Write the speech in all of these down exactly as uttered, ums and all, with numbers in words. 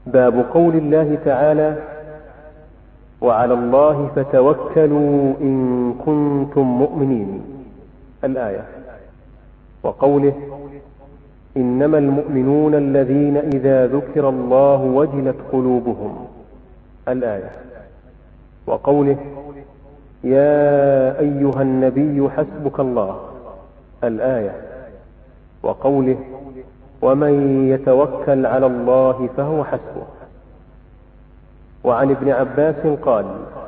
باب قول الله تعالى: وعلى الله فتوكلوا إن كنتم مؤمنين، الآية. وقوله: إنما المؤمنون الذين إذا ذكر الله وجلت قلوبهم، الآية. وقوله: يا أيها النبي حسبك الله، الآية. وقوله: ومن يتوكل على الله فهو حسبه. وعن ابن عباس قال: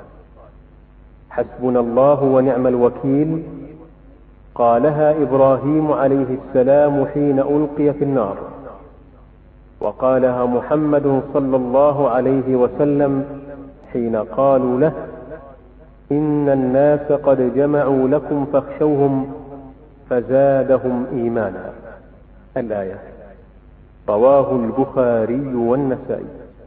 حسبنا الله ونعم الوكيل، قالها إبراهيم عليه السلام حين ألقي في النار، وقالها محمد صلى الله عليه وسلم حين قالوا له: إن الناس قد جمعوا لكم فاخشوهم فزادهم إيمانا، الآية. رواه البخاري والنسائي.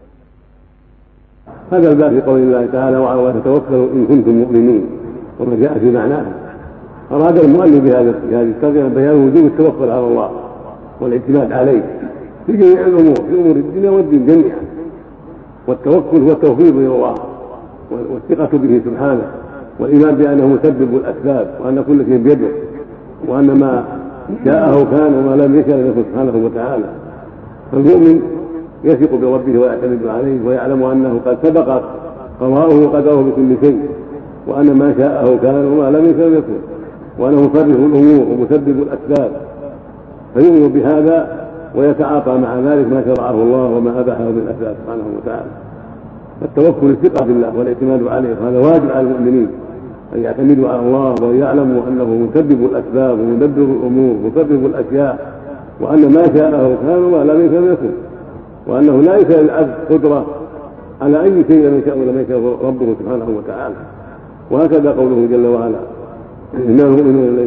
هذا الباب في قول الله تعالى: وعلى الله تتوكلوا إن كنتم مؤمنين، وما جاء في معناه. أراد المؤلف بهذه الترجمة بيان وجوب التوكل على الله والاعتماد عليه في جميع الأمور، في أمور الدنيا والدين جميعا. والتوكل هو التوفيق إلى الله والثقة به سبحانه، والإيمان بأنه مسبب الأسباب، وأن كل شيء بيده، وأن ما شاءه كان وما لم يشأ لم يكن سبحانه وتعالى. فالمؤمن يثق بربه ويعتمد عليه، ويعلم أنه قد سبق قضاؤه وقدره بكل شيء، وأن ما شاءه كان وما لم يشأ لم يكن، وأنه مصرف الأمور ومسبب الأسباب. فيؤمن بهذا ويتعاطى مع ذلك ما شرعه الله وما أباحه من الأسباب سبحانه وتعالى. فالتوكل الثقة بالله والاعتماد عليه، هذا واجب على المؤمنين أن يعتمدوا على الله ويعلموا أنه مسبب الأسباب ومدبر الأمور ومسبب الأشياء، وأن ما شاءه كان وما لم يشأ لم يكن، وأنه لا يشاء للعبد قدرة على أي شيء لم يشاء ولم يشاء ربه سبحانه وتعالى. وهكذا قوله جل وعلا: إنما المؤمنون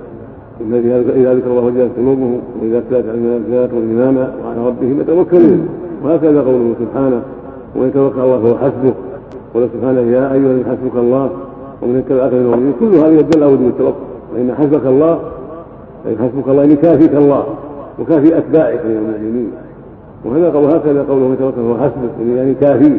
إذا ذكر الله وجلت قلوبهم وإذا تلت عليهم زادتهم إيمانا وعلى ربهم يتوكلون. وهكذا قوله سبحانه: ومن يتوكل الله فهو حسبه. قال سبحانه: يا أيها الذين حسبك الله ومن يتبعك من المؤمنين. كل هذه يدل على وجوب التوكل، فإن حسبك الله أي حسبك الله يعني كافيك الله وكافي أتباعك من المؤمنين. وهذا قول هكذا قوله: من يتوكل فهو حسبه يعني كافي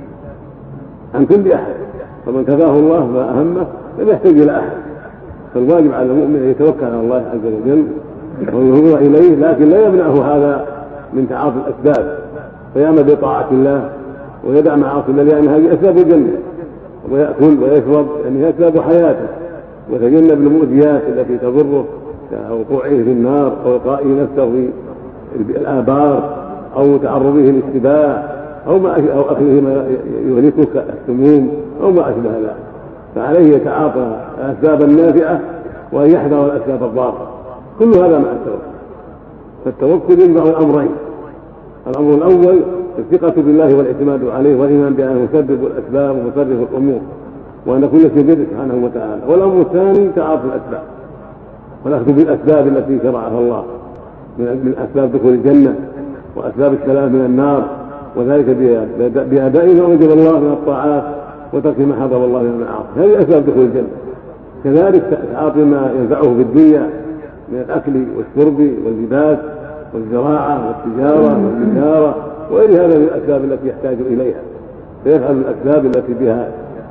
عن كل أحد، فمن كفاه الله ما أهمه لم يحتاج إلى أحد. فالواجب على المؤمن أن يتوكل على الله عز وجل ويهوى إليه، لكن لا يمنعه هذا من تعاطي الأسباب، فيعمل بطاعة الله ويدع معاصي الله، لأن هذه أسباب الجنة، ويأكل ويشرب يعني هي أسباب حياته، ويتجنب المؤذيات التي تضره كوقوعه في النار أو إلقائه نفسه في الآبار أو تعرضه للسباع أو ما أو أكله ما يهلكه كالسموم أو ما أشبه ذلك. فعليه يتعاطى الأسباب النافعة وأن يحذر الأسباب الضارة. كل هذا مع التوكل. فالتوكل يجمع الأمرين: الأمر الأول الثقة بالله والاعتماد عليه والإيمان بأنه مسبب الأسباب ومصرف الأمور، وأن كل شيء بيده سبحانه وتعالى. والأمر الثاني تعاطي الأسباب والأخذ بالأسباب التي شرعها الله من أسباب دخول الجنة وأسباب السلام من النار، وذلك بأداء ما وجب الله من الطاعات وترك ما حرم الله من المعاصي. هذه أسباب دخول الجنة. كذلك تعاطي ما ينفعه في الدنيا من الأكل والشرب واللباس والزراعة والتجارة والتجارة وغير هذا من الأسباب التي يحتاج إليها، فيفعل الأسباب التي بها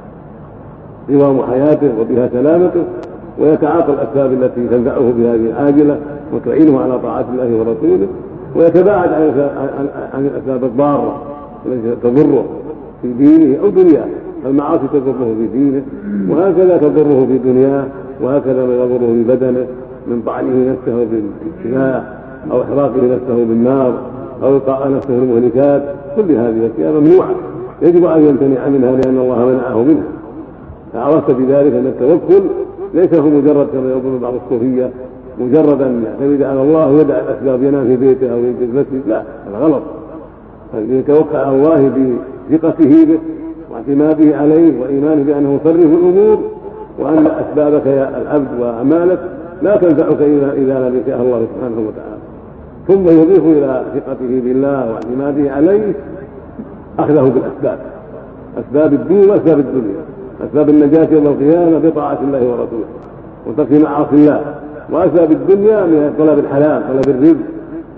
قوام حياته وبها سلامته، ويتعاطى الأسباب التي تنفعه بهذه العاجلة وتعينه على طاعة الله ورسوله، ويتباعد عن الأسباب الضارة التي تضره في دينه أو دنياه. المعاصي تضره في دينه، وهكذا تضره في دنياه، وهكذا ما يضره في بدنه من طعنه نفسه بالسلاح أو إحراقه نفسه بالنار أو إلقاء نفسه المهلكات. كل هذه الأشياء ممنوعة يجب أن يمتنع منها لأن الله منعه منها. فعرفت بذلك أن التوكل ليس هو مجرد كما يظن بعض الصوفية مجرد أن يعتمد على الله ويدع الأسباب ينام في بيته أو يجلس في المسجد، لا، هذا غلط. يتوكل على الله بثقته به واعتماده عليه وإيمانه بأنه مصرف الأمور، وأن أسبابك يا العبد وأعمالك لا تنفعك إذا لم يشاء الله سبحانه وتعالى. ثم يضيف إلى ثقته بالله واعتماده عليه أخذه بالأسباب، أسباب الدين وأسباب الدنيا، أسباب النجاة يوم القيامة بطاعة الله ورسوله وترك معاصي الله، وأسباب الدنيا من طلب الحلال، طلب الرزق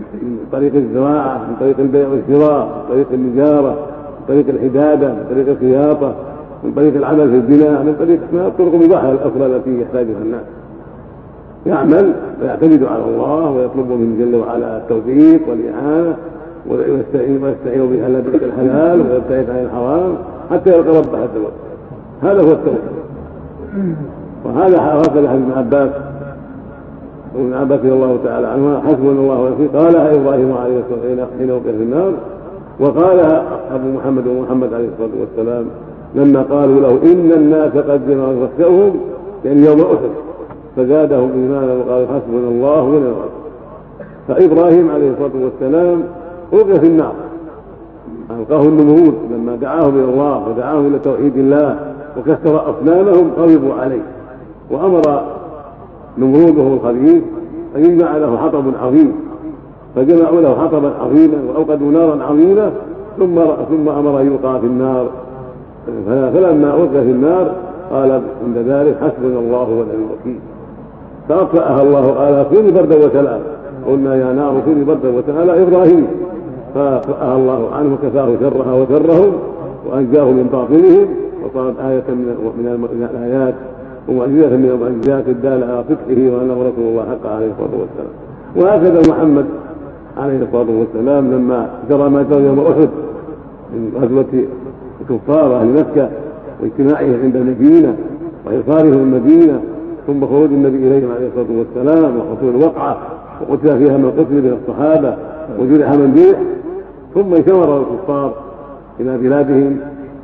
من طريق الزراعة، من طريق البيع والشراء، من طريق النجارة، من طريق الحدادة، من طريق الخياطة، من طريق العمل في البناء، من طريق ما الطرق المباحة الأخرى التي يحتاجها الناس. يعمل ويعتمد على الله ويطلب منه جل وعلا التوفيق والإعانة ويستعين ويستعين به على طريق الحلال ويبتعد عن الحرام حتى يلقى ربه عز وجل. هذا هو التوفيق. وهذا هكذا حديث ابن عباس وابن عباس رضي الله تعالى عنهما حسبنا الله ونعم الوكيل قالها ابراهيم عليه الصلاه والسلام حين وقع في النار، وقالها اصحاب محمد ومحمد عليه الصلاه والسلام لما قالوا له ان الناس قد جمعوا فاخشوهم يعني يوم احد فزادهم ايمانا وقالوا حسبنا الله ونعم الوكيل. فابراهيم عليه الصلاه والسلام القي في النار، القاه النمرود لما دعاهم الى الله ودعاهم الى توحيد الله وكسر اصنامهم غضبوا عليه، وامر نمرود وهو الخبيث ان يجمع له حطب عظيم، فجمعوا له حطبا عظيما واوقدوا نارا عظيمه ثم ثم امر ان يلقى في النار. فلما القي في النار قال عند ذلك حسبنا الله ونعم الوكيل، فاطفاها الله قال كوني بردا وسلاما، قلنا يا نار كوني بردا وسلاما ابراهيم، فاطفاها الله عنه وكفاه شرها وشرهم وانجاه من باطنهم، وصارت آية من الآيات ومعجزة من المعجزات الدالة على صدقه وأنه رسول الله حق عليه الصلاة والسلام. وهكذا محمد عليه الصلاة والسلام لما جرى ما جرى يوم أحد من غزوة الكفار أهل مكة واجتماعهم عند المدينة وإحصارهم المدينة ثم خروج النبي إليهم عليه الصلاة والسلام وحصول الوقعة وقتل فيها من قتل من الصحابة وجرح من جرح، ثم شمر الكفار إلى بلادهم.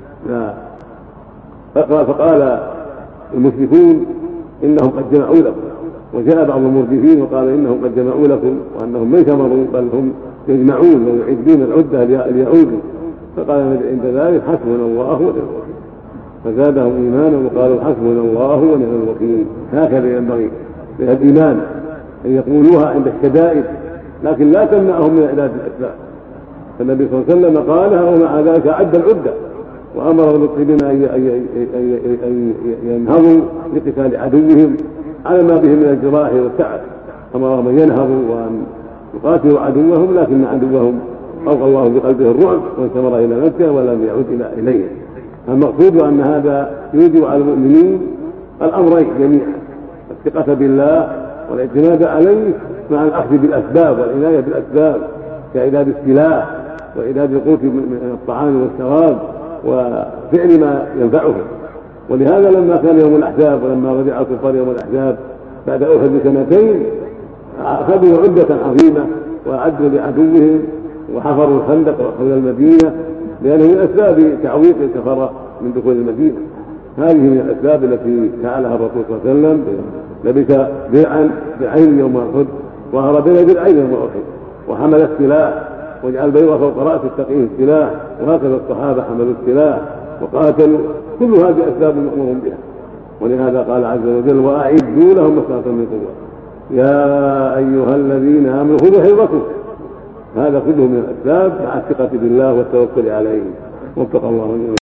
فقال المشركون انهم قد جمعوا لكم، وجاء بعض المردفين وقال انهم قد جمعوا لكم وانهم ليس مروا بل هم يجمعون ويعدون العده ليعودوا. فقال عند ذلك حسبنا الله ونعم الوكيل، فزادهم ايمانا وقالوا حسبنا الله ونعم الوكيل. هكذا ينبغي للايمان ان يقولوها عند الشدائد، لكن لا تمنعهم من اعداد الاسباب. فالنبي صلى الله عليه وسلم قالها ومع ذلك اعد العده وامر المسلمين ان ينهضوا لقتال عدوهم على ما بهم من الجراح والتعب، امرهم ان ينهضوا وان يقاتلوا عدوهم، لكن عدوهم القى الله بقلبه الرعب واستمر الى مكه ولم يعود الى اليه. المقصود ان هذا يوجب على المؤمنين الامرين جميعا، الثقه بالله والاعتماد عليه مع الاخذ بالاسباب والعنايه بالاسباب كاعداد السلاح واعداد القوت من الطعام والشراب وفعل ما ينفعهم. ولهذا لما كان يوم الاحزاب ولما رجع الكفار يوم الاحزاب بعد احد بسنتين اخذوا عده عظيمه واعدوا لعدوهم وحفروا الخندق حول المدينه، لانه من اسباب تعويق الكفره من دخول المدينه. هذه من الاسباب التي فعلها الرسول صلى الله عليه وسلم، لبس درعا درعين يوم احد وهرب درعين يوم احد وحمل السلاح وجعل بيضه فوق راس التقيه السلاح، وهكذا الصحابه حملوا السلاح وقاتلوا. كل هذه اسباب مامور بها، ولهذا قال عز وجل واعدوا لهم ما استطعتم من قوه يا ايها الذين امنوا خذوا حذركم. هذا كله من الاسباب مع الثقه بالله والتوكل عليه. وفق الله